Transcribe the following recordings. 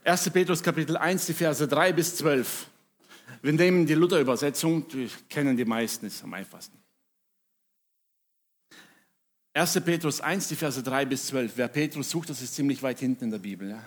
1. Petrus Kapitel 1, die Verse 3 bis 12. Wir nehmen die Luther-Übersetzung, die kennen die meisten, ist am einfachsten. 1. Petrus 1, die Verse 3 bis 12. Wer Petrus sucht, das ist ziemlich weit hinten in der Bibel. Ja?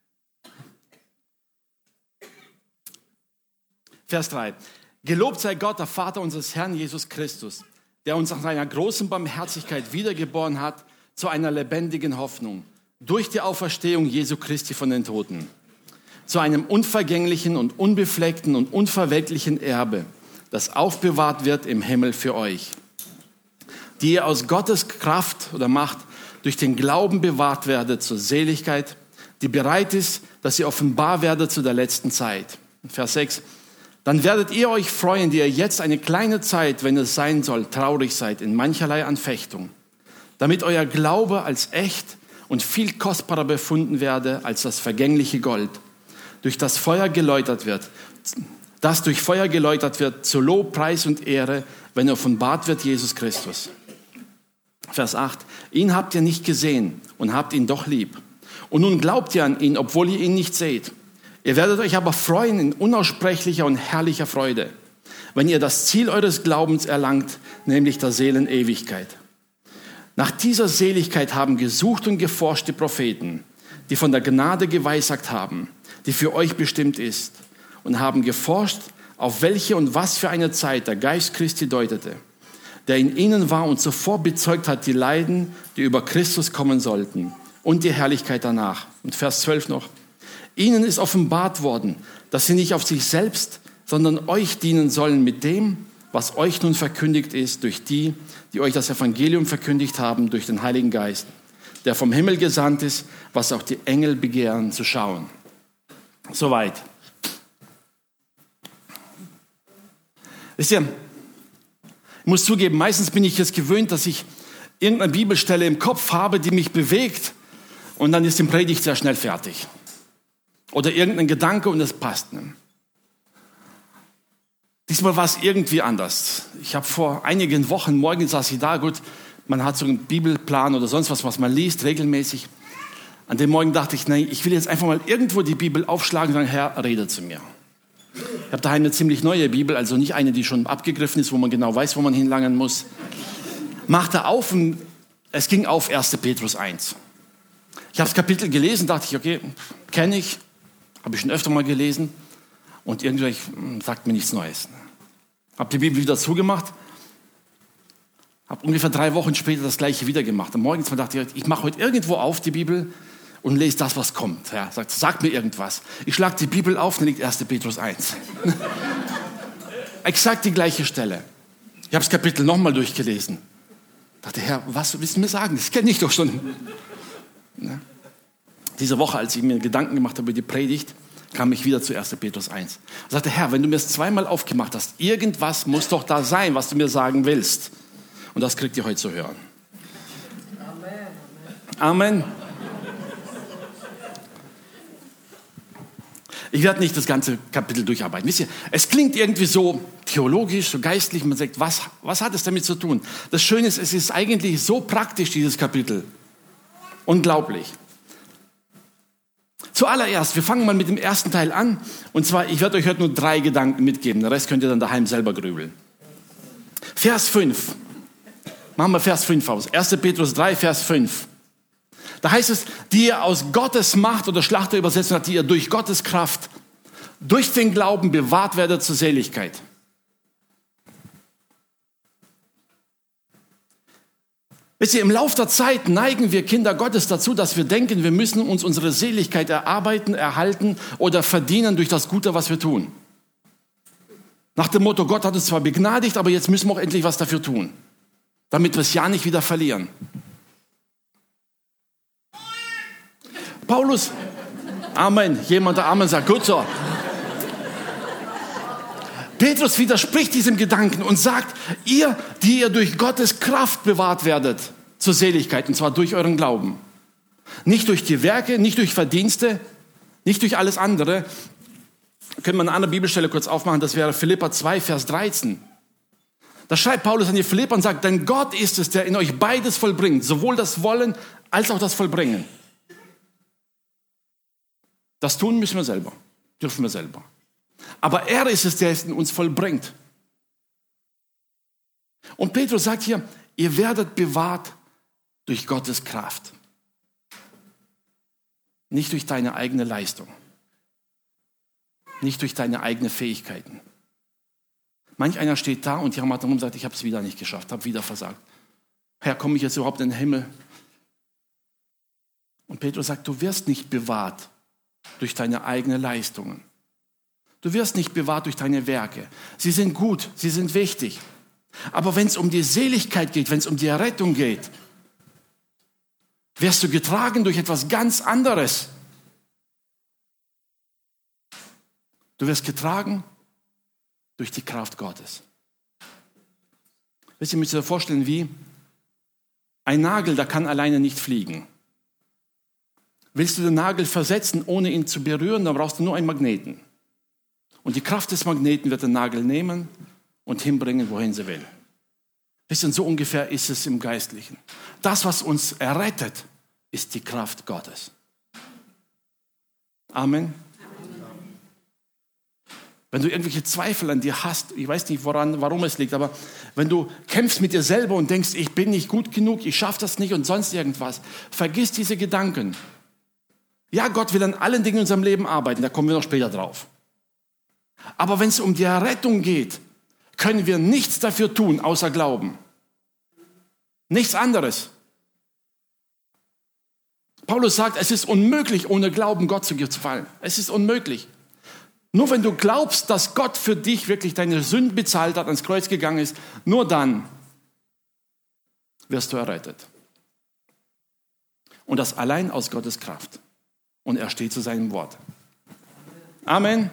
Vers 3. Gelobt sei Gott, der Vater unseres Herrn Jesus Christus, der uns nach seiner großen Barmherzigkeit wiedergeboren hat zu einer lebendigen Hoffnung, durch die Auferstehung Jesu Christi von den Toten, zu einem unvergänglichen und unbefleckten und unverwelklichen Erbe, das aufbewahrt wird im Himmel für euch, die ihr aus Gottes Kraft oder Macht durch den Glauben bewahrt werdet zur Seligkeit, die bereit ist, dass ihr offenbar werdet zu der letzten Zeit. Vers 6. Dann werdet ihr euch freuen, die ihr jetzt eine kleine Zeit, wenn es sein soll, traurig seid in mancherlei Anfechtung, damit euer Glaube als echt und viel kostbarer befunden werde als das vergängliche Gold, durch das Feuer geläutert wird, das durch Feuer geläutert wird, zu Lob, Preis und Ehre, wenn offenbart wird Jesus Christus. Vers 8. Ihn habt ihr nicht gesehen und habt ihn doch lieb. Und nun glaubt ihr an ihn, obwohl ihr ihn nicht seht. Ihr werdet euch aber freuen in unaussprechlicher und herrlicher Freude, wenn ihr das Ziel eures Glaubens erlangt, nämlich der Seelenewigkeit. Nach dieser Seligkeit haben gesucht und geforscht die Propheten, die von der Gnade geweissagt haben, die für euch bestimmt ist, und haben geforscht, auf welche und was für eine Zeit der Geist Christi deutete, der in ihnen war und zuvor bezeugt hat die Leiden, die über Christus kommen sollten, und die Herrlichkeit danach. Und Vers 12 noch. Ihnen ist offenbart worden, dass sie nicht auf sich selbst, sondern euch dienen sollen mit dem, was euch nun verkündigt ist, durch die euch das Evangelium verkündigt haben, durch den Heiligen Geist, der vom Himmel gesandt ist, was auch die Engel begehren zu schauen. Soweit. Wisst ihr, ich muss zugeben, meistens bin ich es gewöhnt, dass ich irgendeine Bibelstelle im Kopf habe, die mich bewegt, und dann ist die Predigt sehr schnell fertig. Oder irgendein Gedanke und es passt. Diesmal war es irgendwie anders. Ich habe vor einigen Wochen, morgen saß ich da, gut, man hat so einen Bibelplan oder sonst was man liest regelmäßig. An dem Morgen dachte ich, nein, ich will jetzt einfach mal irgendwo die Bibel aufschlagen und sagen, Herr, rede zu mir. Ich habe daheim eine ziemlich neue Bibel, also nicht eine, die schon abgegriffen ist, wo man genau weiß, wo man hinlangen muss. Machte auf und es ging auf 1. Petrus 1. Ich habe das Kapitel gelesen, dachte ich, okay, kenne ich. Habe ich schon öfter mal gelesen und irgendwie sagt mir nichts Neues. Habe die Bibel wieder zugemacht, habe ungefähr 3 Wochen später das Gleiche wieder gemacht. Am Morgen dachte ich mache heute irgendwo auf die Bibel und lese das, was kommt. Ja, sagt mir irgendwas. Ich schlage die Bibel auf, dann liegt 1. Petrus 1. Exakt die gleiche Stelle. Ich habe das Kapitel nochmal durchgelesen. Dachte, Herr, was willst du mir sagen? Das kenne ich doch schon. Ja. Diese Woche, als ich mir Gedanken gemacht habe über die Predigt, kam ich wieder zu 1. Petrus 1. Und sagte, Herr, wenn du mir es 2-mal aufgemacht hast, irgendwas muss doch da sein, was du mir sagen willst. Und das kriegt ihr heute zu hören. Amen. Amen. Ich werde nicht das ganze Kapitel durcharbeiten. Wisst ihr, es klingt irgendwie so theologisch, so geistlich. Man sagt, was hat es damit zu tun? Das Schöne ist, es ist eigentlich so praktisch, dieses Kapitel. Unglaublich. Zuallererst, wir fangen mal mit dem ersten Teil an. Und zwar, ich werde euch heute nur 3 Gedanken mitgeben. Den Rest könnt ihr dann daheim selber grübeln. Vers 5. Machen wir Vers 5 aus. 1. Petrus 3, Vers 5. Da heißt es, die ihr aus Gottes Macht, oder Schlachterübersetzung hat, die ihr durch Gottes Kraft, durch den Glauben bewahrt werdet zur Seligkeit. Wisst ihr, im Lauf der Zeit neigen wir Kinder Gottes dazu, dass wir denken, wir müssen uns unsere Seligkeit erarbeiten, erhalten oder verdienen durch das Gute, was wir tun. Nach dem Motto, Gott hat uns zwar begnadigt, aber jetzt müssen wir auch endlich was dafür tun, damit wir es ja nicht wieder verlieren. Paulus, Amen, jemand, der Amen sagt, gut so. Petrus widerspricht diesem Gedanken und sagt, ihr, die ihr durch Gottes Kraft bewahrt werdet zur Seligkeit, und zwar durch euren Glauben. Nicht durch die Werke, nicht durch Verdienste, nicht durch alles andere. Können wir eine andere Bibelstelle kurz aufmachen, das wäre Philipper 2, Vers 13. Da schreibt Paulus an die Philipper und sagt, denn Gott ist es, der in euch beides vollbringt, sowohl das Wollen als auch das Vollbringen. Das tun müssen wir selber, dürfen wir selber. Aber er ist es, der es in uns vollbringt. Und Petrus sagt hier, ihr werdet bewahrt durch Gottes Kraft. Nicht durch deine eigene Leistung. Nicht durch deine eigenen Fähigkeiten. Manch einer steht da und jammert und sagt, ich habe es wieder nicht geschafft, habe wieder versagt. Herr, komme ich jetzt überhaupt in den Himmel? Und Petrus sagt, du wirst nicht bewahrt durch deine eigenen Leistungen. Du wirst nicht bewahrt durch deine Werke. Sie sind gut, sie sind wichtig. Aber wenn es um die Seligkeit geht, wenn es um die Errettung geht, wirst du getragen durch etwas ganz anderes. Du wirst getragen durch die Kraft Gottes. Wisst ihr, ihr müsst euch vorstellen, wie ein Nagel, der kann alleine nicht fliegen. Willst du den Nagel versetzen, ohne ihn zu berühren, dann brauchst du nur einen Magneten. Und die Kraft des Magneten wird den Nagel nehmen und hinbringen, wohin sie will. Wisst ihr, so ungefähr ist es im Geistlichen. Das, was uns errettet, ist die Kraft Gottes. Amen. Wenn du irgendwelche Zweifel an dir hast, ich weiß nicht, warum es liegt, aber wenn du kämpfst mit dir selber und denkst, ich bin nicht gut genug, ich schaffe das nicht und sonst irgendwas, vergiss diese Gedanken. Ja, Gott will an allen Dingen in unserem Leben arbeiten, da kommen wir noch später drauf. Aber wenn es um die Errettung geht, können wir nichts dafür tun, außer glauben. Nichts anderes. Paulus sagt, es ist unmöglich, ohne Glauben Gott zu gefallen. Es ist unmöglich. Nur wenn du glaubst, dass Gott für dich wirklich deine Sünden bezahlt hat, ans Kreuz gegangen ist, nur dann wirst du errettet. Und das allein aus Gottes Kraft. Und er steht zu seinem Wort. Amen.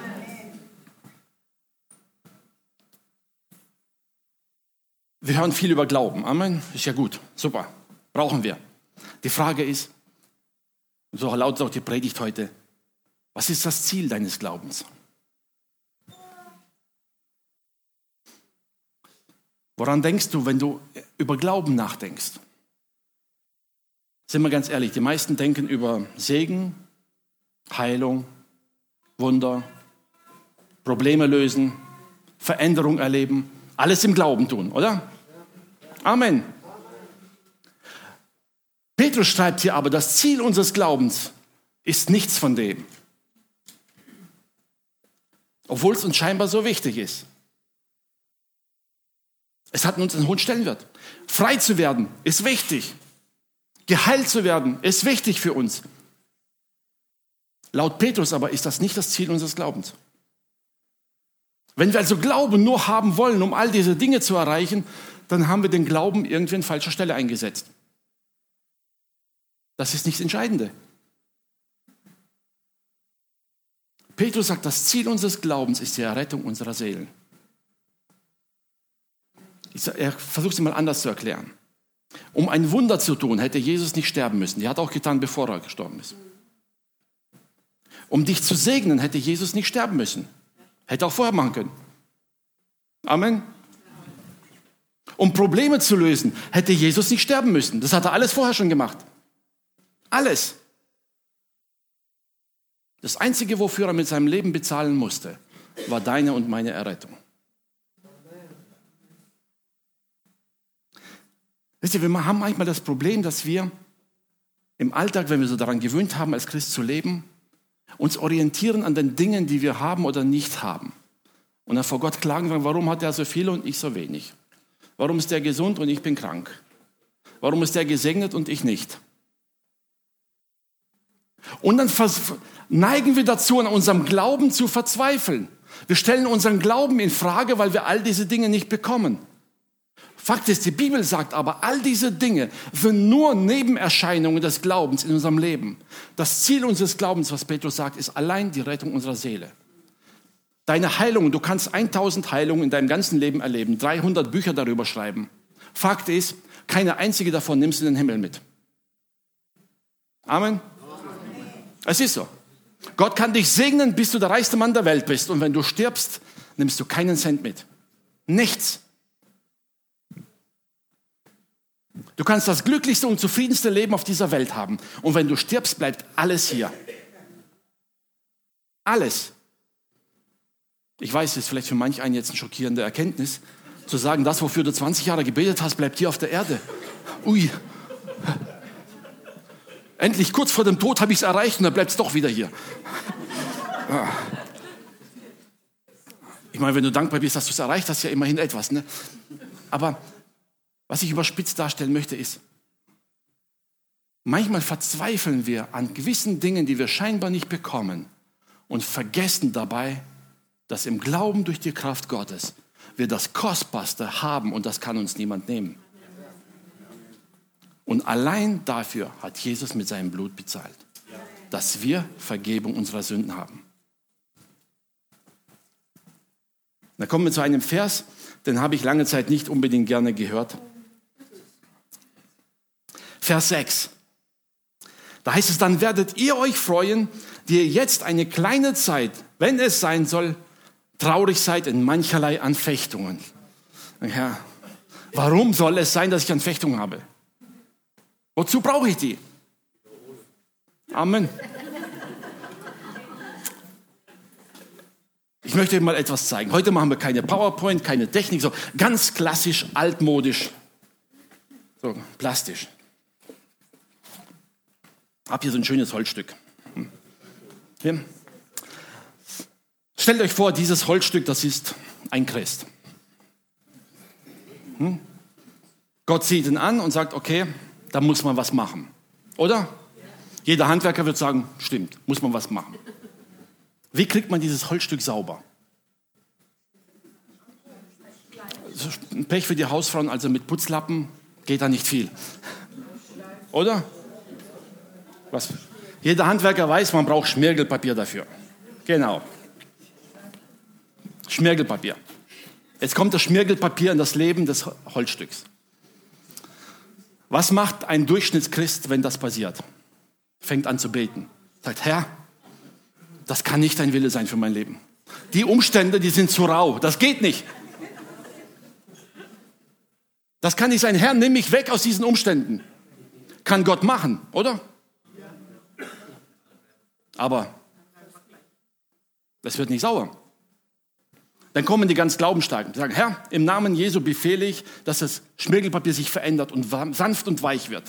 Wir hören viel über Glauben. Amen. Ist ja gut. Super. Brauchen wir. Die Frage ist, so lautet auch die Predigt heute, was ist das Ziel deines Glaubens? Woran denkst du, wenn du über Glauben nachdenkst? Sind wir ganz ehrlich, die meisten denken über Segen, Heilung, Wunder, Probleme lösen, Veränderung erleben, alles im Glauben tun, oder? Amen. Petrus schreibt hier aber, das Ziel unseres Glaubens ist nichts von dem. Obwohl es uns scheinbar so wichtig ist. Es hat uns einen hohen Stellenwert. Frei zu werden ist wichtig. Geheilt zu werden ist wichtig für uns. Laut Petrus aber ist das nicht das Ziel unseres Glaubens. Wenn wir also Glauben nur haben wollen, um all diese Dinge zu erreichen, dann haben wir den Glauben irgendwie an falscher Stelle eingesetzt. Das ist nicht das Entscheidende. Petrus sagt, das Ziel unseres Glaubens ist die Errettung unserer Seelen. Er versucht es mal anders zu erklären. Um ein Wunder zu tun, hätte Jesus nicht sterben müssen. Die hat er auch getan, bevor er gestorben ist. Um dich zu segnen, hätte Jesus nicht sterben müssen. Hätte auch vorher machen können. Amen. Um Probleme zu lösen, hätte Jesus nicht sterben müssen. Das hat er alles vorher schon gemacht. Alles. Das Einzige, wofür er mit seinem Leben bezahlen musste, war deine und meine Errettung. Wisst ihr, wir haben manchmal das Problem, dass wir im Alltag, wenn wir so daran gewöhnt haben, als Christ zu leben, uns orientieren an den Dingen, die wir haben oder nicht haben. Und dann vor Gott klagen wir, warum hat er so viel und ich so wenig? Warum ist der gesund und ich bin krank? Warum ist der gesegnet und ich nicht? Und dann neigen wir dazu, an unserem Glauben zu verzweifeln. Wir stellen unseren Glauben in Frage, weil wir all diese Dinge nicht bekommen. Fakt ist, die Bibel sagt aber, all diese Dinge sind nur Nebenerscheinungen des Glaubens in unserem Leben. Das Ziel unseres Glaubens, was Petrus sagt, ist allein die Rettung unserer Seele. Deine Heilung, du kannst 1000 Heilungen in deinem ganzen Leben erleben, 300 Bücher darüber schreiben. Fakt ist, keine einzige davon nimmst du in den Himmel mit. Amen. Es ist so. Gott kann dich segnen, bis du der reichste Mann der Welt bist. Und wenn du stirbst, nimmst du keinen Cent mit. Nichts. Du kannst das glücklichste und zufriedenste Leben auf dieser Welt haben. Und wenn du stirbst, bleibt alles hier. Alles. Ich weiß, das ist vielleicht für manch einen jetzt eine schockierende Erkenntnis, zu sagen, das, wofür du 20 Jahre gebetet hast, bleibt hier auf der Erde. Ui. Endlich, kurz vor dem Tod habe ich es erreicht und dann bleibt es doch wieder hier. Ich meine, wenn du dankbar bist, dass du es erreicht hast, ja immerhin etwas. Ne? Aber was ich überspitzt darstellen möchte, ist, manchmal verzweifeln wir an gewissen Dingen, die wir scheinbar nicht bekommen und vergessen dabei, dass im Glauben durch die Kraft Gottes wir das Kostbarste haben und das kann uns niemand nehmen. Und allein dafür hat Jesus mit seinem Blut bezahlt, dass wir Vergebung unserer Sünden haben. Da kommen wir zu einem Vers, den habe ich lange Zeit nicht unbedingt gerne gehört. Vers 6. Da heißt es, dann werdet ihr euch freuen, die ihr jetzt eine kleine Zeit, wenn es sein soll, traurig seid in mancherlei Anfechtungen. Ja, warum soll es sein, dass ich Anfechtungen habe? Wozu brauche ich die? Amen. Ich möchte euch mal etwas zeigen. Heute machen wir keine PowerPoint, keine Technik, so ganz klassisch, altmodisch, so plastisch. Ich habe hier so ein schönes Holzstück. Hier. Stellt euch vor, dieses Holzstück, das ist ein Christ. Gott sieht ihn an und sagt, okay, da muss man was machen. Oder? Jeder Handwerker wird sagen, stimmt, muss man was machen. Wie kriegt man dieses Holzstück sauber? Ein Pech für die Hausfrauen, also mit Putzlappen geht da nicht viel. Oder? Was? Jeder Handwerker weiß, man braucht Schmirgelpapier dafür. Genau. Schmirgelpapier. Jetzt kommt das Schmirgelpapier in das Leben des Holzstücks. Was macht ein Durchschnittschrist, wenn das passiert? Fängt an zu beten. Sagt, Herr, das kann nicht dein Wille sein für mein Leben. Die Umstände, die sind zu rau. Das geht nicht. Das kann nicht sein. Herr, nimm mich weg aus diesen Umständen. Kann Gott machen, oder? Aber es wird nicht sauer. Dann kommen die ganz Glaubensstarken und sagen, Herr, im Namen Jesu befehle ich, dass das Schmirgelpapier sich verändert und sanft und weich wird.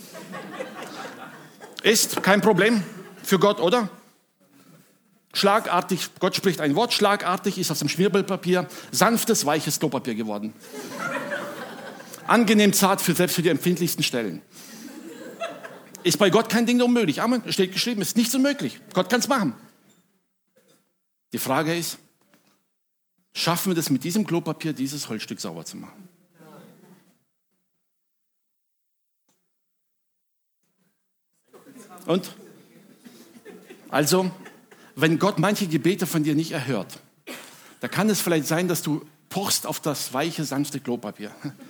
Ist kein Problem für Gott, oder? Schlagartig, Gott spricht ein Wort, schlagartig ist aus dem Schmirgelpapier sanftes, weiches Klopapier geworden. Angenehm zart, selbst für die empfindlichsten Stellen. Ist bei Gott kein Ding unmöglich. Amen, steht geschrieben, ist nichts unmöglich. Gott kann es machen. Die Frage ist, schaffen wir das mit diesem Klopapier, dieses Holzstück sauber zu machen? Und? Also, wenn Gott manche Gebete von dir nicht erhört, da kann es vielleicht sein, dass du pochst auf das weiche, sanfte Klopapier.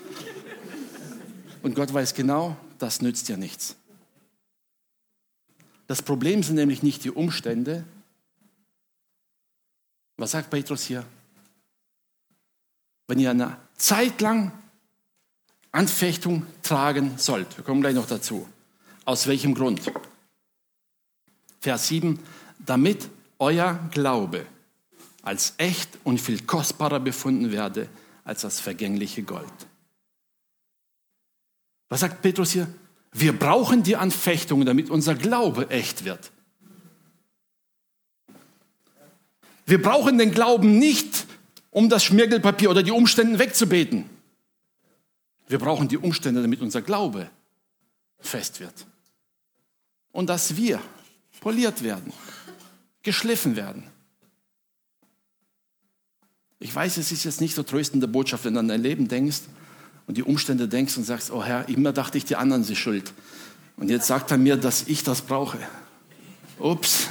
Und Gott weiß genau, das nützt dir nichts. Das Problem sind nämlich nicht die Umstände. Was sagt Petrus hier? Wenn ihr eine Zeit lang Anfechtung tragen sollt, wir kommen gleich noch dazu. Aus welchem Grund? Vers 7, damit euer Glaube als echt und viel kostbarer befunden werde als das vergängliche Gold. Was sagt Petrus hier? Wir brauchen die Anfechtungen, damit unser Glaube echt wird. Wir brauchen den Glauben nicht, um das Schmirgelpapier oder die Umstände wegzubeten. Wir brauchen die Umstände, damit unser Glaube fest wird. Und dass wir poliert werden, geschliffen werden. Ich weiß, es ist jetzt nicht so tröstende Botschaft, wenn du an dein Leben denkst und die Umstände denkst und sagst, oh Herr, immer dachte ich, die anderen sind schuld. Und jetzt sagt er mir, dass ich das brauche. Ups.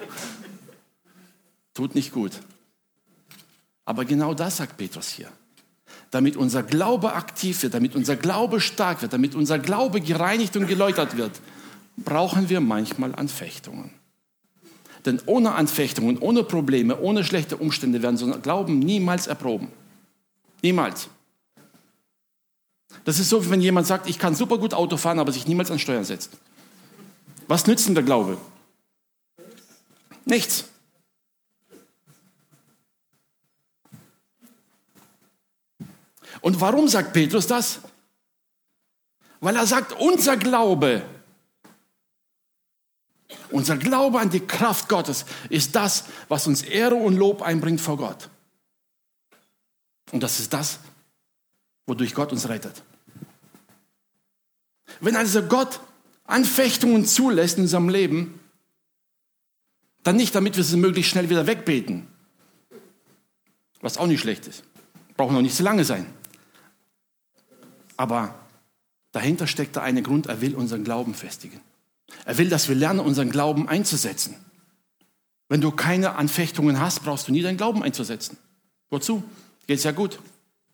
Tut nicht gut. Aber genau das sagt Petrus hier. Damit unser Glaube aktiv wird, damit unser Glaube stark wird, damit unser Glaube gereinigt und geläutert wird, brauchen wir manchmal Anfechtungen. Denn ohne Anfechtungen, ohne Probleme, ohne schlechte Umstände werden so ein Glauben niemals erproben. Niemals. Das ist so, wie wenn jemand sagt, ich kann super gut Auto fahren, aber sich niemals an Steuern setzt. Was nützt denn der Glaube? Nichts. Und warum sagt Petrus das? Weil er sagt, unser Glaube an die Kraft Gottes ist das, was uns Ehre und Lob einbringt vor Gott. Und das ist das, wodurch Gott uns rettet. Wenn also Gott Anfechtungen zulässt in unserem Leben, dann nicht, damit wir sie möglichst schnell wieder wegbeten, was auch nicht schlecht ist. Braucht noch nicht so lange sein. Aber dahinter steckt der eine Grund, er will unseren Glauben festigen. Er will, dass wir lernen, unseren Glauben einzusetzen. Wenn du keine Anfechtungen hast, brauchst du nie deinen Glauben einzusetzen. Wozu? Geht's ja gut.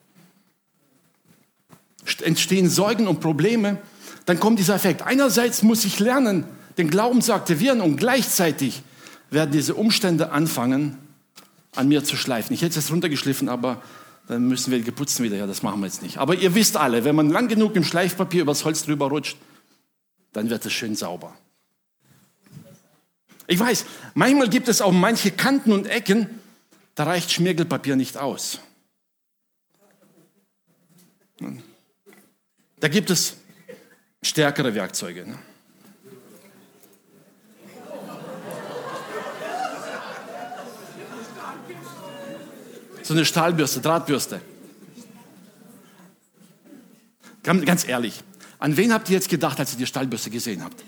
Entstehen Sorgen und Probleme, dann kommt dieser Effekt. Einerseits muss ich lernen, den Glauben zu aktivieren und gleichzeitig werden diese Umstände anfangen, an mir zu schleifen. Ich hätte es jetzt runtergeschliffen, aber dann müssen wir geputzen wieder. Ja, das machen wir jetzt nicht. Aber ihr wisst alle, wenn man lang genug im Schleifpapier übers Holz drüber rutscht, dann wird es schön sauber. Ich weiß, manchmal gibt es auch manche Kanten und Ecken, da reicht Schmirgelpapier nicht aus. Da gibt es stärkere Werkzeuge. Ne? So eine Stahlbürste, Drahtbürste. Ganz ehrlich, an wen habt ihr jetzt gedacht, als ihr die Stahlbürste gesehen habt?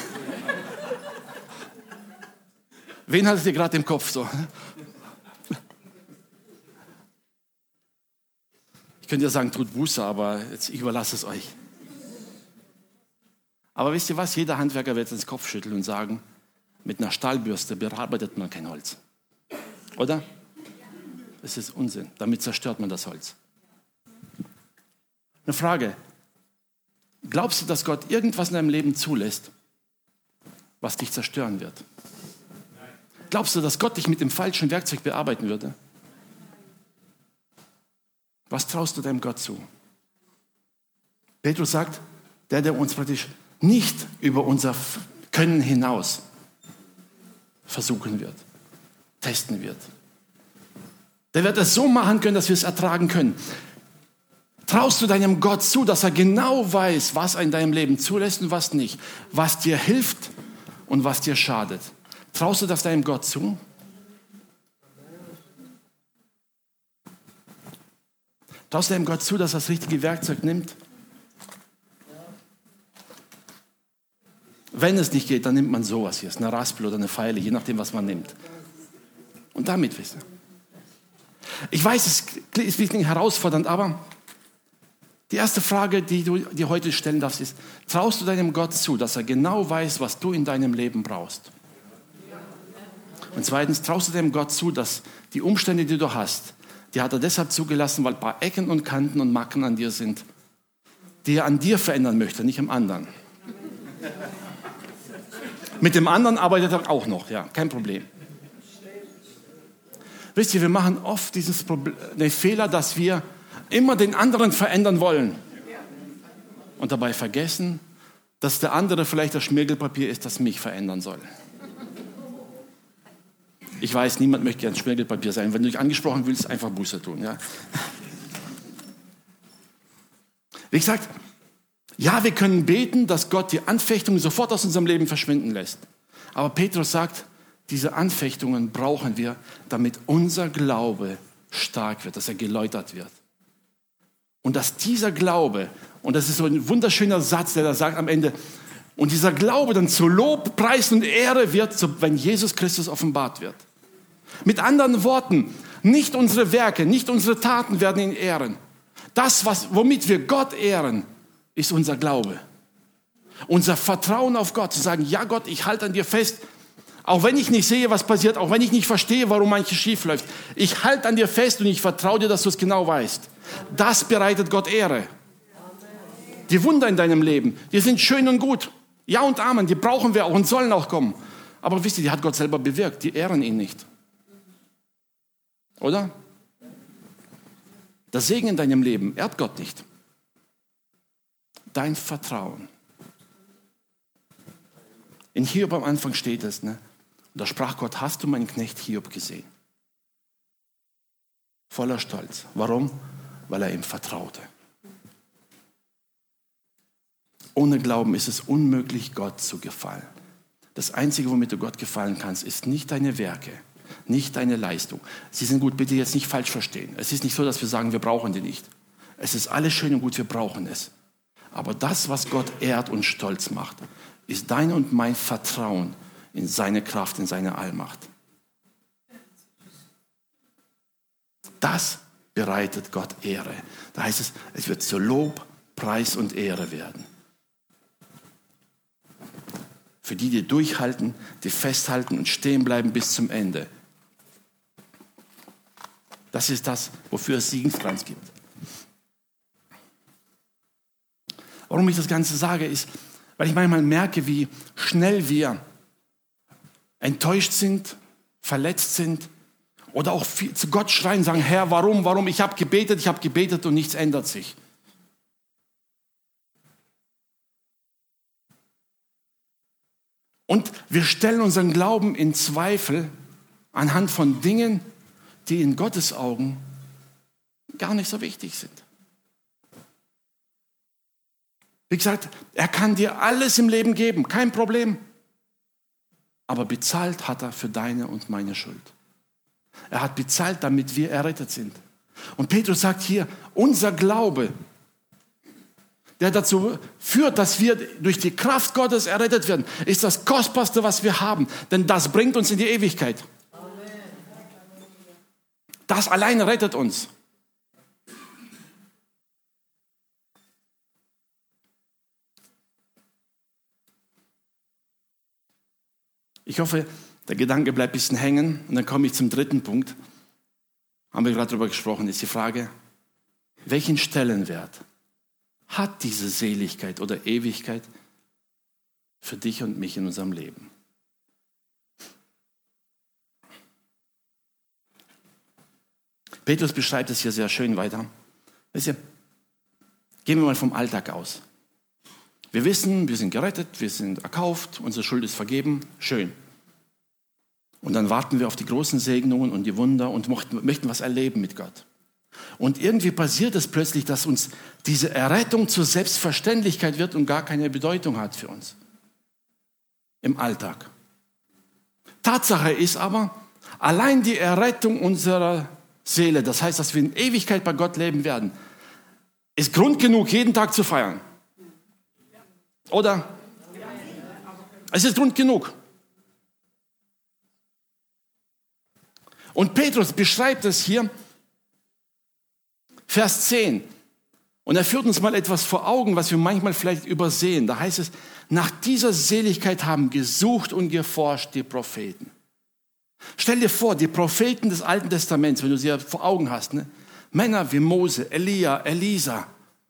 Wen hattet ihr gerade im Kopf so? Ich könnte ja sagen, tut Buße, aber jetzt, ich überlasse es euch. Aber wisst ihr was? Jeder Handwerker wird ins Kopf schütteln und sagen, mit einer Stahlbürste bearbeitet man kein Holz. Oder? Das ist Unsinn. Damit zerstört man das Holz. Eine Frage. Glaubst du, dass Gott irgendwas in deinem Leben zulässt, was dich zerstören wird? Glaubst du, dass Gott dich mit dem falschen Werkzeug bearbeiten würde? Was traust du deinem Gott zu? Petrus sagt, der uns praktisch nicht über unser Können hinaus versuchen wird, testen wird. Der wird es so machen können, dass wir es ertragen können. Traust du deinem Gott zu, dass er genau weiß, was er in deinem Leben zulässt und was nicht, was dir hilft und was dir schadet? Traust du das deinem Gott zu? Traust du deinem Gott zu, dass er das richtige Werkzeug nimmt? Wenn es nicht geht, dann nimmt man sowas hier, eine Raspel oder eine Feile, je nachdem, was man nimmt. Und damit, wisst ihr. Ich weiß, es ist ein bisschen herausfordernd, aber die erste Frage, die du dir heute stellen darfst, ist, traust du deinem Gott zu, dass er genau weiß, was du in deinem Leben brauchst? Und zweitens, traust du deinem Gott zu, dass die Umstände, die du hast, die hat er deshalb zugelassen, weil ein paar Ecken und Kanten und Macken an dir sind, die er an dir verändern möchte, nicht am anderen. Mit dem anderen arbeitet er auch noch, ja, kein Problem. Wisst ihr, wir machen oft den Fehler, dass wir immer den anderen verändern wollen. Und dabei vergessen, dass der andere vielleicht das Schmirgelpapier ist, das mich verändern soll. Ich weiß, niemand möchte gern Schmirgelpapier sein. Wenn du dich angesprochen willst, einfach Buße tun. Ja? Wie gesagt, ja, wir können beten, dass Gott die Anfechtungen sofort aus unserem Leben verschwinden lässt. Aber Petrus sagt, diese Anfechtungen brauchen wir, damit unser Glaube stark wird, dass er geläutert wird. Und dass dieser Glaube, und das ist so ein wunderschöner Satz, der da sagt am Ende, und dieser Glaube dann zu Lob, Preis und Ehre wird, wenn Jesus Christus offenbart wird. Mit anderen Worten, nicht unsere Werke, nicht unsere Taten werden ihn ehren. Das, womit wir Gott ehren, ist unser Glaube. Unser Vertrauen auf Gott, zu sagen, ja Gott, ich halte an dir fest, auch wenn ich nicht sehe, was passiert, auch wenn ich nicht verstehe, warum manches schief läuft. Ich halte an dir fest und ich vertraue dir, dass du es genau weißt. Das bereitet Gott Ehre. Die Wunder in deinem Leben, die sind schön und gut. Ja und Amen, die brauchen wir auch und sollen auch kommen. Aber wisst ihr, die hat Gott selber bewirkt, die ehren ihn nicht. Oder? Der Segen in deinem Leben ehrt Gott nicht. Dein Vertrauen. In Hiob am Anfang steht es, ne? Und da sprach Gott, hast du meinen Knecht Hiob gesehen? Voller Stolz. Warum? weil er ihm vertraute. Ohne Glauben ist es unmöglich, Gott zu gefallen. Das Einzige, womit du Gott gefallen kannst, ist nicht deine Werke, nicht deine Leistung. Sie sind gut, bitte jetzt nicht falsch verstehen. Es ist nicht so, dass wir sagen, wir brauchen die nicht. Es ist alles schön und gut, wir brauchen es. Aber das, was Gott ehrt und stolz macht, ist dein und mein Vertrauen in seine Kraft, in seine Allmacht. Das bereitet Gott Ehre. Da heißt es, es wird zu Lob, Preis und Ehre werden. Für die, die durchhalten, die festhalten und stehen bleiben bis zum Ende. Das ist das, wofür es Siegenskranz gibt. Warum ich das Ganze sage, ist, weil ich manchmal merke, wie schnell wir enttäuscht sind, verletzt sind oder auch zu Gott schreien, sagen, Herr, warum? Ich habe gebetet und nichts ändert sich. Und wir stellen unseren Glauben in Zweifel anhand von Dingen, die in Gottes Augen gar nicht so wichtig sind. Wie gesagt, er kann dir alles im Leben geben, kein Problem. Aber bezahlt hat er für deine und meine Schuld. Er hat bezahlt, damit wir errettet sind. Und Petrus sagt hier, unser Glaube, der dazu führt, dass wir durch die Kraft Gottes errettet werden, ist das Kostbarste, was wir haben. Denn das bringt uns in die Ewigkeit. Das allein rettet uns. Ich hoffe, der Gedanke bleibt ein bisschen hängen. Und dann komme ich zum dritten Punkt. Haben wir gerade darüber gesprochen, ist die Frage, welchen Stellenwert hat diese Seligkeit oder Ewigkeit für dich und mich in unserem Leben? Petrus beschreibt es hier sehr schön weiter. Wisst ihr, gehen wir mal vom Alltag aus. Wir wissen, wir sind gerettet, wir sind erkauft, unsere Schuld ist vergeben, schön. Und dann warten wir auf die großen Segnungen und die Wunder und möchten was erleben mit Gott. Und irgendwie passiert es plötzlich, dass uns diese Errettung zur Selbstverständlichkeit wird und gar keine Bedeutung hat für uns im Alltag. Tatsache ist aber, allein die Errettung unserer Seele, das heißt, dass wir in Ewigkeit bei Gott leben werden, ist Grund genug, jeden Tag zu feiern. Oder? Es ist Grund genug. Und Petrus beschreibt es hier, Vers 10. Und er führt uns mal etwas vor Augen, was wir manchmal vielleicht übersehen. Da heißt es, nach dieser Seligkeit haben gesucht und geforscht die Propheten. Stell dir vor, die Propheten des Alten Testaments, wenn du sie vor Augen hast, ne? Männer wie Mose, Elia, Elisa.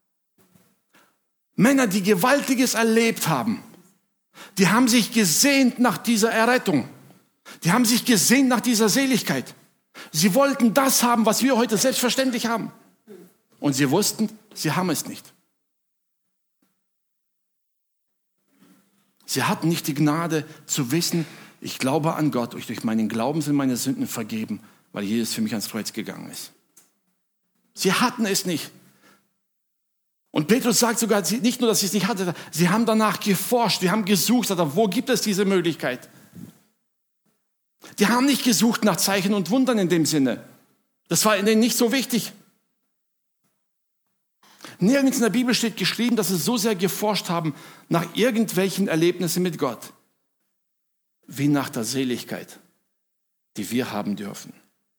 Männer, die Gewaltiges erlebt haben. Die haben sich gesehnt nach dieser Errettung. Die haben sich gesehnt nach dieser Seligkeit. Sie wollten das haben, was wir heute selbstverständlich haben. Und sie wussten, sie haben es nicht. Sie hatten nicht die Gnade zu wissen, ich glaube an Gott, durch meinen Glauben sind meine Sünden vergeben, weil Jesus für mich ans Kreuz gegangen ist. Sie hatten es nicht. Und Petrus sagt sogar, nicht nur, dass sie es nicht hatten, sie haben danach geforscht, sie haben gesucht, wo gibt es diese Möglichkeit? Die haben nicht gesucht nach Zeichen und Wundern in dem Sinne. Das war ihnen nicht so wichtig. Nirgends in der Bibel steht geschrieben, dass sie so sehr geforscht haben nach irgendwelchen Erlebnissen mit Gott, wie nach der Seligkeit, die wir haben dürfen.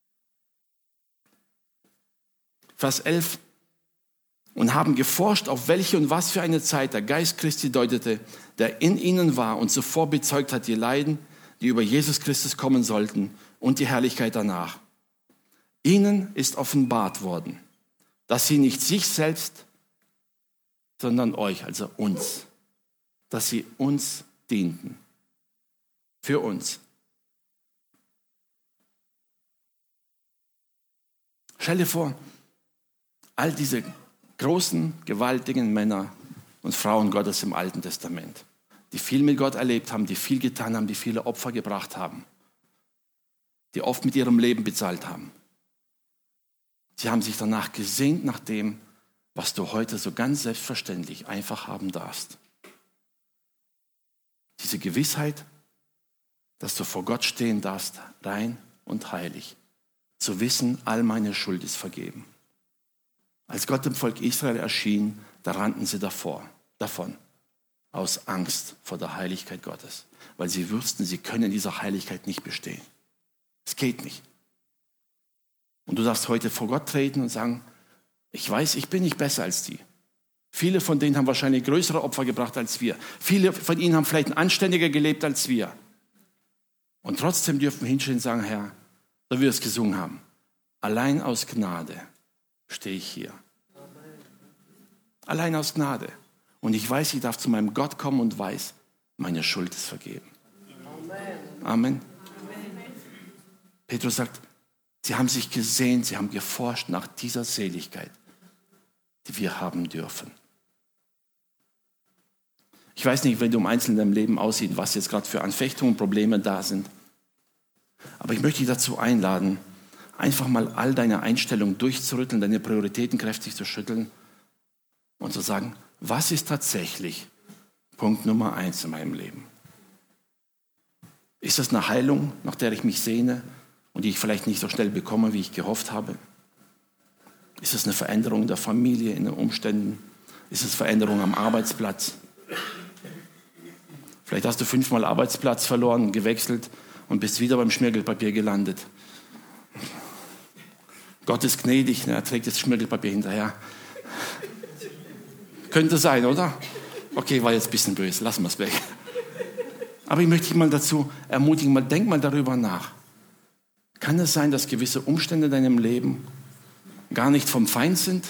Vers 11. Und haben geforscht, auf welche und was für eine Zeit der Geist Christi deutete, der in ihnen war und zuvor bezeugt hat die Leiden, die über Jesus Christus kommen sollten und die Herrlichkeit danach. Ihnen ist offenbart worden, dass sie nicht sich selbst, sondern euch, also uns, dass sie uns dienten. Für uns. Stell dir vor, all diese großen, gewaltigen Männer und Frauen Gottes im Alten Testament, die viel mit Gott erlebt haben, die viel getan haben, die viele Opfer gebracht haben, die oft mit ihrem Leben bezahlt haben. Sie haben sich danach gesehnt, nach dem, was du heute so ganz selbstverständlich einfach haben darfst. Diese Gewissheit, dass du vor Gott stehen darfst, rein und heilig. Zu wissen, all meine Schuld ist vergeben. Als Gott dem Volk Israel erschien, da rannten sie davon, aus Angst vor der Heiligkeit Gottes. Weil sie wussten, sie können in dieser Heiligkeit nicht bestehen. Es geht nicht. Und du darfst heute vor Gott treten und sagen, ich weiß, ich bin nicht besser als die. Viele von denen haben wahrscheinlich größere Opfer gebracht als wir. Viele von ihnen haben vielleicht anständiger gelebt als wir. Und trotzdem dürfen wir hinstehen und sagen, Herr, so wie wir es gesungen haben, allein aus Gnade stehe ich hier. Allein aus Gnade. Und ich weiß, ich darf zu meinem Gott kommen und weiß, meine Schuld ist vergeben. Amen. Petrus sagt, sie haben sich gesehnt, sie haben geforscht nach dieser Seligkeit, die wir haben dürfen. Ich weiß nicht, wenn du im Einzelnen im Leben aussieht, was jetzt gerade für Anfechtungen und Probleme da sind. Aber ich möchte dich dazu einladen, einfach mal all deine Einstellungen durchzurütteln, deine Prioritäten kräftig zu schütteln und zu sagen, was ist tatsächlich Punkt Nummer 1 in meinem Leben? Ist das eine Heilung, nach der ich mich sehne und die ich vielleicht nicht so schnell bekomme, wie ich gehofft habe? Ist es eine Veränderung der Familie, in den Umständen? Ist es Veränderung am Arbeitsplatz? Vielleicht hast du 5-mal Arbeitsplatz verloren, gewechselt und bist wieder beim Schmirgelpapier gelandet. Gott ist gnädig, er trägt das Schmirgelpapier hinterher. Könnte sein, oder? Okay, war jetzt ein bisschen böse, lassen wir es weg. Aber ich möchte dich mal dazu ermutigen, denk mal darüber nach. Kann es sein, dass gewisse Umstände in deinem Leben gar nicht vom Feind sind?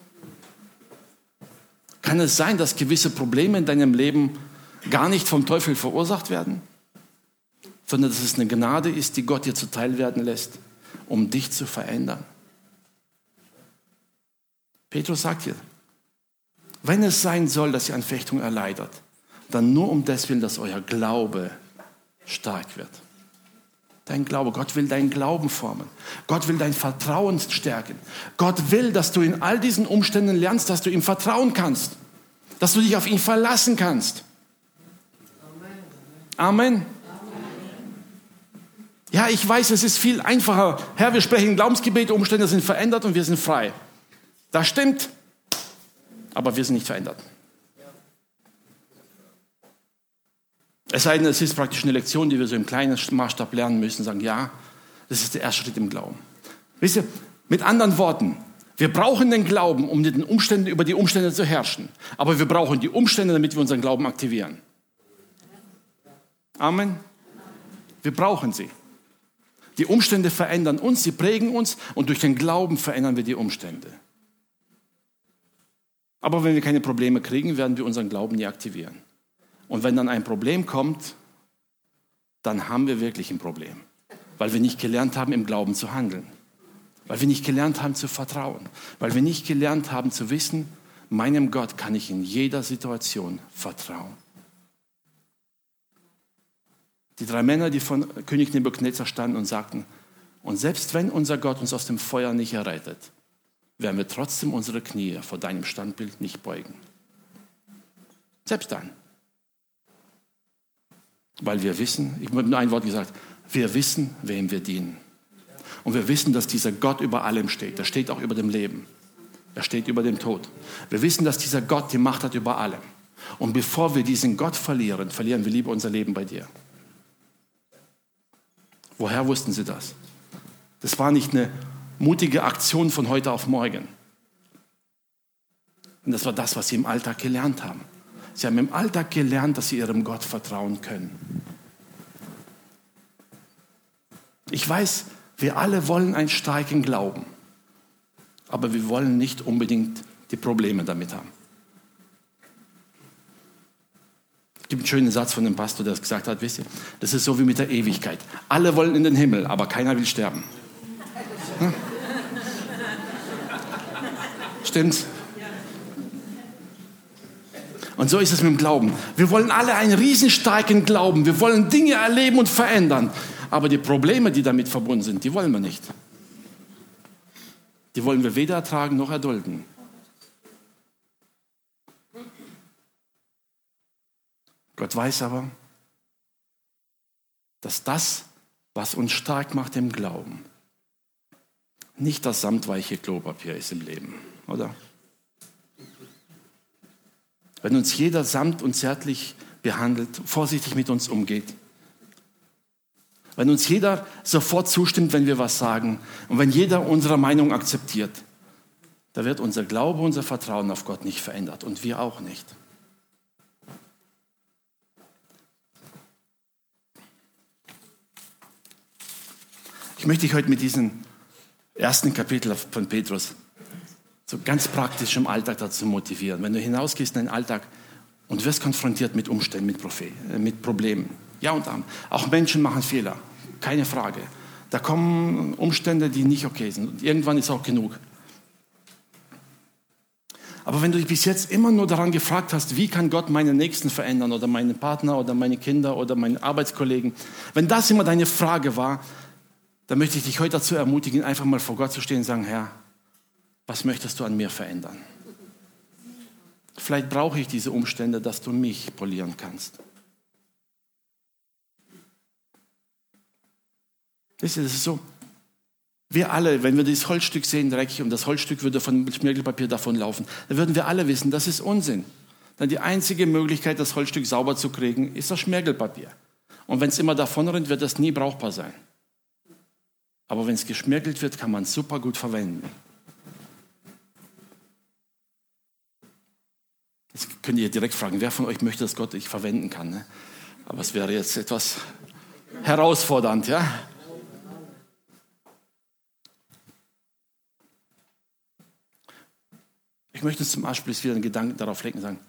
Kann es sein, dass gewisse Probleme in deinem Leben gar nicht vom Teufel verursacht werden, sondern dass es eine Gnade ist, die Gott dir zuteil werden lässt, um dich zu verändern? Petrus sagt hier, wenn es sein soll, dass ihr Anfechtung erleidet, dann nur um deswillen, dass euer Glaube stark wird. Dein Glaube, Gott will deinen Glauben formen. Gott will dein Vertrauen stärken. Gott will, dass du in all diesen Umständen lernst, dass du ihm vertrauen kannst. Dass du dich auf ihn verlassen kannst. Amen. Ja, ich weiß, es ist viel einfacher. Herr, wir sprechen Glaubensgebet, Umstände sind verändert und wir sind frei. Das stimmt, aber wir sind nicht verändert. Es sei denn, es ist praktisch eine Lektion, die wir so im kleinen Maßstab lernen müssen, sagen, ja, das ist der erste Schritt im Glauben. Wisst ihr, mit anderen Worten, wir brauchen den Glauben, um über die Umstände zu herrschen. Aber wir brauchen die Umstände, damit wir unseren Glauben aktivieren. Amen. Wir brauchen sie. Die Umstände verändern uns, sie prägen uns und durch den Glauben verändern wir die Umstände. Aber wenn wir keine Probleme kriegen, werden wir unseren Glauben nie aktivieren. Und wenn dann ein Problem kommt, dann haben wir wirklich ein Problem. Weil wir nicht gelernt haben, im Glauben zu handeln. Weil wir nicht gelernt haben, zu vertrauen. Weil wir nicht gelernt haben, zu wissen, meinem Gott kann ich in jeder Situation vertrauen. Die 3 Männer, die von König Nebukadnezar standen und sagten, und selbst wenn unser Gott uns aus dem Feuer nicht errettet, werden wir trotzdem unsere Knie vor deinem Standbild nicht beugen. Selbst dann. Weil wir wissen, ich habe nur ein Wort gesagt, wir wissen, wem wir dienen. Und wir wissen, dass dieser Gott über allem steht. Er steht auch über dem Leben. Er steht über dem Tod. Wir wissen, dass dieser Gott die Macht hat über allem. Und bevor wir diesen Gott verlieren, verlieren wir lieber unser Leben bei dir. Woher wussten sie das? Das war nicht eine mutige Aktion von heute auf morgen. Und das war das, was sie im Alltag gelernt haben. Sie haben im Alltag gelernt, dass sie ihrem Gott vertrauen können. Ich weiß, wir alle wollen einen starken Glauben. Aber wir wollen nicht unbedingt die Probleme damit haben. Es gibt einen schönen Satz von dem Pastor, der gesagt hat, wisst ihr, das ist so wie mit der Ewigkeit. Alle wollen in den Himmel, aber keiner will sterben. Hm? Stimmt's? Und so ist es mit dem Glauben. Wir wollen alle einen riesenstarken Glauben. Wir wollen Dinge erleben und verändern. Aber die Probleme, die damit verbunden sind, die wollen wir nicht. Die wollen wir weder ertragen noch erdulden. Gott weiß aber, dass das, was uns stark macht im Glauben, nicht das samtweiche Klopapier ist im Leben, oder? Wenn uns jeder samt und zärtlich behandelt, vorsichtig mit uns umgeht, wenn uns jeder sofort zustimmt, wenn wir was sagen und wenn jeder unsere Meinung akzeptiert, da wird unser Glaube, unser Vertrauen auf Gott nicht verändert und wir auch nicht. Ich möchte dich heute mit diesem ersten Kapitel von Petrus so ganz praktisch im Alltag dazu motivieren. Wenn du hinausgehst in den Alltag und wirst konfrontiert mit Umständen, mit Problemen. Ja und Amen. Auch Menschen machen Fehler, keine Frage. Da kommen Umstände, die nicht okay sind. Und irgendwann ist auch genug. Aber wenn du dich bis jetzt immer nur daran gefragt hast, wie kann Gott meinen Nächsten verändern oder meinen Partner oder meine Kinder oder meine Arbeitskollegen, wenn das immer deine Frage war, dann möchte ich dich heute dazu ermutigen, einfach mal vor Gott zu stehen und sagen, Herr, was möchtest du an mir verändern? Vielleicht brauche ich diese Umstände, dass du mich polieren kannst. Wisst ihr, das ist so, wir alle, wenn wir dieses Holzstück sehen, dreckig, und das Holzstück würde von Schmirgelpapier davonlaufen, dann würden wir alle wissen, das ist Unsinn. Denn die einzige Möglichkeit, das Holzstück sauber zu kriegen, ist das Schmirgelpapier. Und wenn es immer davon rennt, wird das nie brauchbar sein. Aber wenn es geschmirgelt wird, kann man es super gut verwenden. Jetzt könnt ihr direkt fragen, wer von euch möchte, dass Gott dich verwenden kann? Ne? Aber es wäre jetzt etwas herausfordernd, ja? Ich möchte uns zum Abschluss wieder einen Gedanken darauf lenken und sagen,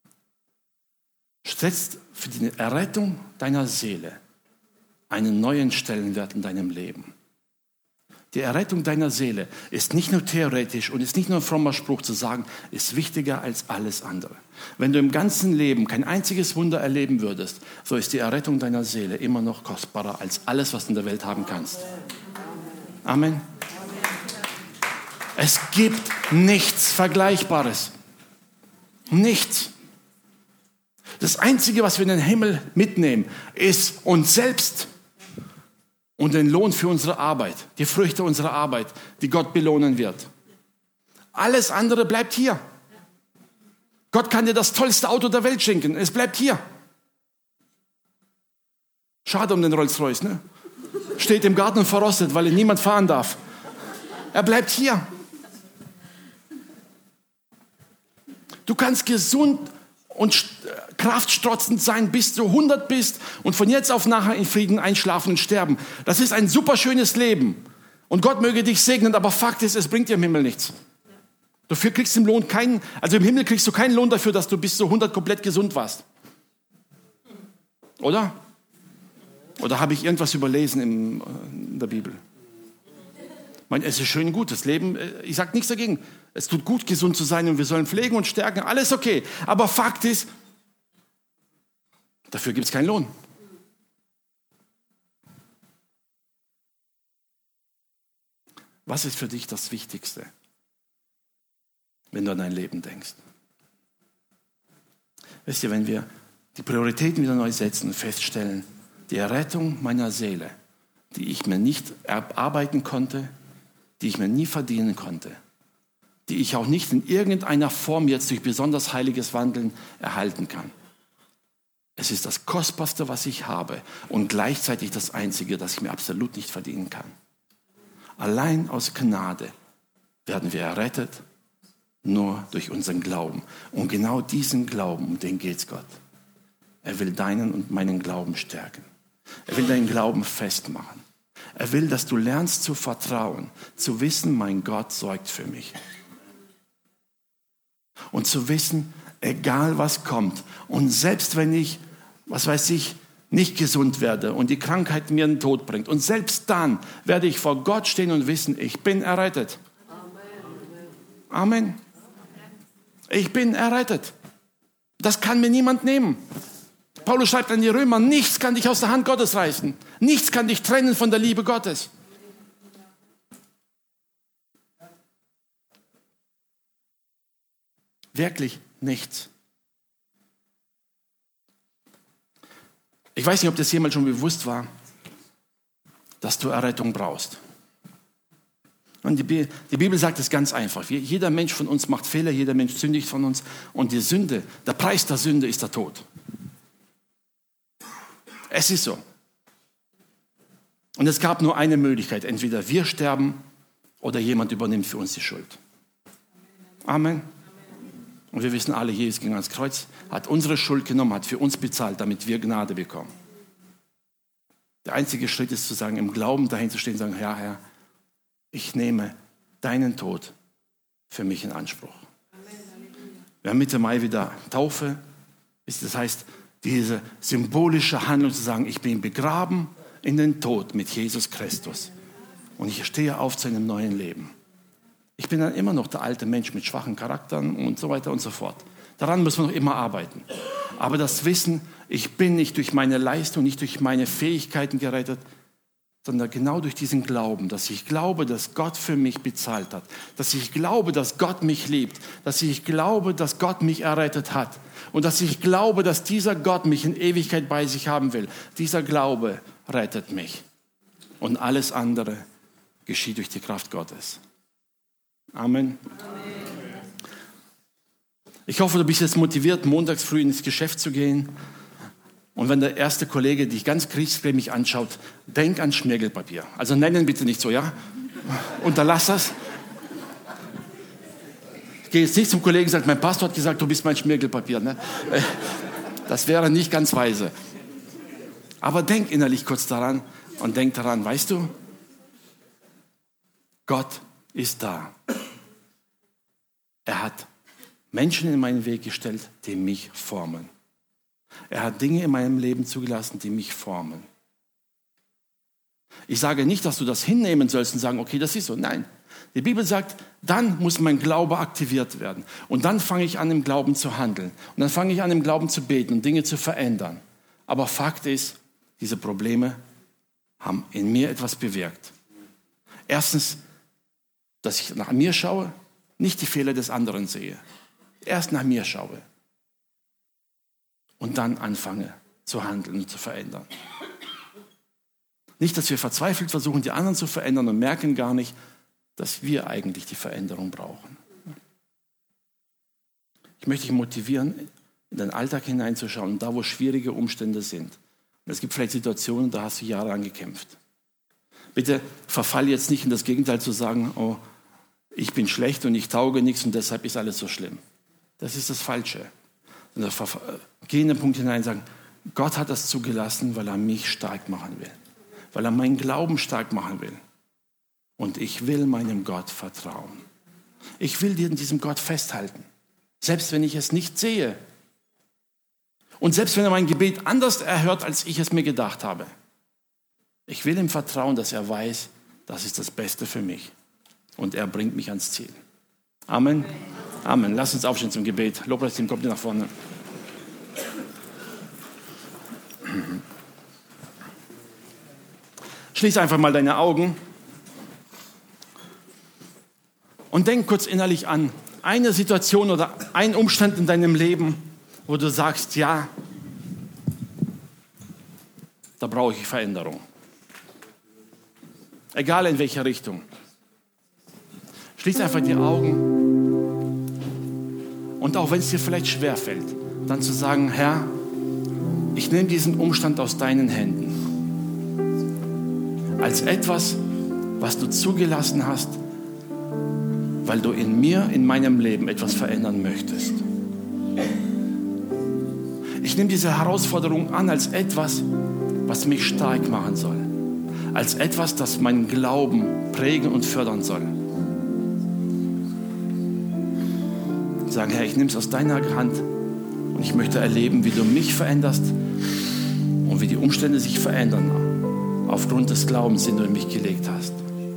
setzt für die Errettung deiner Seele einen neuen Stellenwert in deinem Leben. Die Errettung deiner Seele ist nicht nur theoretisch und ist nicht nur ein frommer Spruch zu sagen, ist wichtiger als alles andere. Wenn du im ganzen Leben kein einziges Wunder erleben würdest, so ist die Errettung deiner Seele immer noch kostbarer als alles, was du in der Welt haben kannst. Amen. Es gibt nichts Vergleichbares. Nichts. Das Einzige, was wir in den Himmel mitnehmen, ist uns selbst. Und den Lohn für unsere Arbeit, die Früchte unserer Arbeit, die Gott belohnen wird. Alles andere bleibt hier. Gott kann dir das tollste Auto der Welt schenken, es bleibt hier. Schade um den Rolls-Royce, ne? Steht im Garten und verrostet, weil ihn niemand fahren darf. Er bleibt hier. Du kannst gesund und kraftstrotzend sein, bis du 100 bist und von jetzt auf nachher in Frieden einschlafen und sterben. Das ist ein super schönes Leben. Und Gott möge dich segnen, aber Fakt ist, es bringt dir im Himmel nichts. Dafür kriegst du im Lohn im Himmel kriegst du keinen Lohn dafür, dass du bis zu 100 komplett gesund warst. Oder? Oder habe ich irgendwas überlesen in der Bibel? Ich meine, es ist schön gut, das Leben, ich sage nichts dagegen. Es tut gut, gesund zu sein und wir sollen pflegen und stärken, alles okay. Aber Fakt ist, dafür gibt es keinen Lohn. Was ist für dich das Wichtigste, wenn du an dein Leben denkst? Wisst ihr, wenn wir die Prioritäten wieder neu setzen und feststellen, die Errettung meiner Seele, die ich mir nicht erarbeiten konnte, die ich mir nie verdienen konnte, die ich auch nicht in irgendeiner Form jetzt durch besonders heiliges Wandeln erhalten kann. Es ist das Kostbarste, was ich habe und gleichzeitig das Einzige, das ich mir absolut nicht verdienen kann. Allein aus Gnade werden wir errettet, nur durch unseren Glauben. Und genau diesen Glauben, um den geht es Gott. Er will deinen und meinen Glauben stärken. Er will deinen Glauben festmachen. Er will, dass du lernst zu vertrauen, zu wissen, mein Gott sorgt für mich. Und zu wissen, egal was kommt, und selbst wenn ich, nicht gesund werde und die Krankheit mir den Tod bringt, und selbst dann werde ich vor Gott stehen und wissen, ich bin errettet. Amen. Ich bin errettet. Das kann mir niemand nehmen. Paulus schreibt an die Römer, nichts kann dich aus der Hand Gottes reißen. Nichts kann dich trennen von der Liebe Gottes. Wirklich nichts. Ich weiß nicht, ob das jemals schon bewusst war, dass du Errettung brauchst. Und die Bibel sagt es ganz einfach. Jeder Mensch von uns macht Fehler, jeder Mensch sündigt von uns. Und die Sünde, der Preis der Sünde ist der Tod. Es ist so. Und es gab nur eine Möglichkeit. Entweder wir sterben oder jemand übernimmt für uns die Schuld. Amen. Und wir wissen alle, Jesus ging ans Kreuz, hat unsere Schuld genommen, hat für uns bezahlt, damit wir Gnade bekommen. Der einzige Schritt ist zu sagen, im Glauben dahin zu stehen und sagen, ja, Herr, ich nehme deinen Tod für mich in Anspruch. Wir haben Mitte Mai wieder Taufe. Das heißt, diese symbolische Handlung zu sagen, ich bin begraben in den Tod mit Jesus Christus. Und ich stehe auf zu einem neuen Leben. Ich bin dann immer noch der alte Mensch mit schwachen Charakteren und so weiter und so fort. Daran müssen wir noch immer arbeiten. Aber das Wissen, ich bin nicht durch meine Leistung, nicht durch meine Fähigkeiten gerettet, sondern genau durch diesen Glauben, dass ich glaube, dass Gott für mich bezahlt hat, dass ich glaube, dass Gott mich liebt, dass ich glaube, dass Gott mich errettet hat und dass ich glaube, dass dieser Gott mich in Ewigkeit bei sich haben will. Dieser Glaube rettet mich und alles andere geschieht durch die Kraft Gottes. Amen. Ich hoffe, du bist jetzt motiviert, montags früh ins Geschäft zu gehen. Und wenn der erste Kollege dich ganz kriegsgrämig anschaut, denk an Schmirgelpapier. Also nenn ihn bitte nicht so, ja? Unterlass das. Ich gehe jetzt nicht zum Kollegen und sage, mein Pastor hat gesagt, du bist mein Schmirgelpapier. Ne? Das wäre nicht ganz weise. Aber denk innerlich kurz daran und denk daran, weißt du, Gott ist da. Er hat Menschen in meinen Weg gestellt, die mich formen. Er hat Dinge in meinem Leben zugelassen, die mich formen. Ich sage nicht, dass du das hinnehmen sollst und sagen, okay, das ist so. Nein, die Bibel sagt, dann muss mein Glaube aktiviert werden. Und dann fange ich an, im Glauben zu handeln. Und dann fange ich an, im Glauben zu beten und Dinge zu verändern. Aber Fakt ist, diese Probleme haben in mir etwas bewirkt. Erstens, dass ich nach mir schaue, nicht die Fehler des anderen sehe. Erst nach mir schaue. Und dann anfange zu handeln und zu verändern. Nicht, dass wir verzweifelt versuchen, die anderen zu verändern und merken gar nicht, dass wir eigentlich die Veränderung brauchen. Ich möchte dich motivieren, in deinen Alltag hineinzuschauen, da wo schwierige Umstände sind. Und es gibt vielleicht Situationen, da hast du jahrelang gekämpft. Bitte verfall jetzt nicht in das Gegenteil zu sagen, oh, ich bin schlecht und ich tauge nichts und deshalb ist alles so schlimm. Das ist das Falsche. Und geh in den Punkt hinein und sagen, Gott hat das zugelassen, weil er mich stark machen will. Weil er meinen Glauben stark machen will. Und ich will meinem Gott vertrauen. Ich will in diesem Gott festhalten. Selbst wenn ich es nicht sehe. Und selbst wenn er mein Gebet anders erhört, als ich es mir gedacht habe. Ich will ihm vertrauen, dass er weiß, das ist das Beste für mich. Und er bringt mich ans Ziel. Amen. Amen. Lass uns aufstehen zum Gebet. Lobpreisteam, kommt ihr nach vorne. Schließ einfach mal deine Augen und denk kurz innerlich an eine Situation oder einen Umstand in deinem Leben, wo du sagst, ja, da brauche ich Veränderung. Egal in welcher Richtung. Schließ einfach die Augen und auch wenn es dir vielleicht schwerfällt, dann zu sagen, Herr, ich nehme diesen Umstand aus deinen Händen. Als etwas, was du zugelassen hast, weil du in mir, in meinem Leben etwas verändern möchtest. Ich nehme diese Herausforderung an als etwas, was mich stark machen soll. Als etwas, das meinen Glauben prägen und fördern soll. Sagen, Herr, ich nehme es aus deiner Hand und ich möchte erleben, wie du mich veränderst und wie die Umstände sich verändern aufgrund des Glaubens, den du in mich gelegt hast.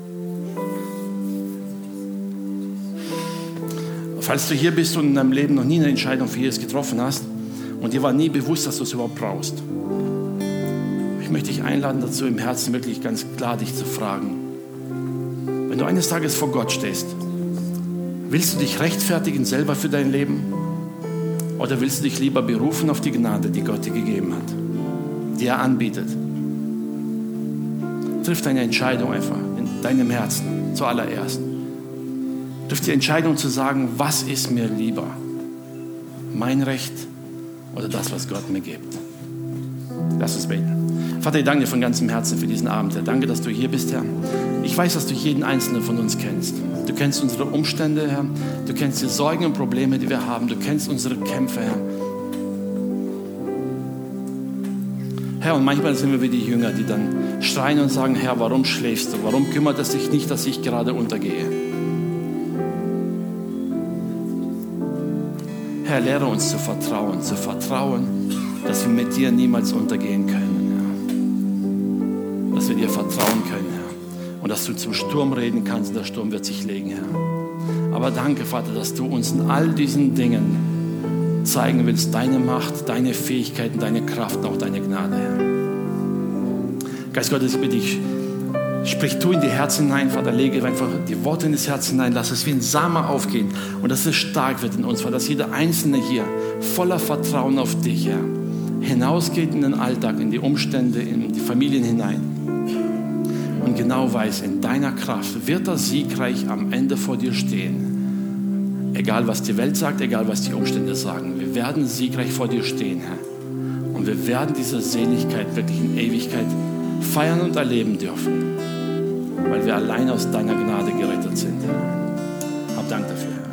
Falls du hier bist und in deinem Leben noch nie eine Entscheidung für Jesus getroffen hast und dir war nie bewusst, dass du es überhaupt brauchst, ich möchte dich einladen dazu, im Herzen wirklich ganz klar dich zu fragen. Wenn du eines Tages vor Gott stehst, Willst du dich rechtfertigen selber für dein Leben? Oder willst du dich lieber berufen auf die Gnade, die Gott dir gegeben hat, die er anbietet? Triff deine Entscheidung einfach in deinem Herzen zuallererst. Triff die Entscheidung zu sagen, was ist mir lieber? Mein Recht oder das, was Gott mir gibt? Lass uns beten. Vater, ich danke dir von ganzem Herzen für diesen Abend, Herr. Danke, dass du hier bist, Herr. Ich weiß, dass du jeden Einzelnen von uns kennst. Du kennst unsere Umstände, Herr. Du kennst die Sorgen und Probleme, die wir haben. Du kennst unsere Kämpfe, Herr. Herr, und manchmal sind wir wie die Jünger, die dann schreien und sagen, Herr, warum schläfst du? Warum kümmert es dich nicht, dass ich gerade untergehe? Herr, lehre uns zu vertrauen, dass wir mit dir niemals untergehen können, Herr. Dass wir dir vertrauen können, Herr. Und dass du zum Sturm reden kannst und der Sturm wird sich legen, Herr. Aber danke, Vater, dass du uns in all diesen Dingen zeigen willst, deine Macht, deine Fähigkeiten, deine Kraft und auch deine Gnade, Herr. Geist Gottes, ich bitte dich, sprich du in die Herzen hinein, Vater, lege einfach die Worte in das Herz hinein, lass es wie ein Samen aufgehen und dass es stark wird in uns, Vater, dass jeder Einzelne hier voller Vertrauen auf dich, Herr, hinausgeht in den Alltag, in die Umstände, in die Familien hinein und genau weiß, in deiner Kraft wird er siegreich am Ende vor dir stehen. Egal, was die Welt sagt, egal, was die Umstände sagen, wir werden siegreich vor dir stehen, Herr. Und wir werden diese Seligkeit wirklich in Ewigkeit feiern und erleben dürfen, weil wir allein aus deiner Gnade gerettet sind. Hab Dank dafür.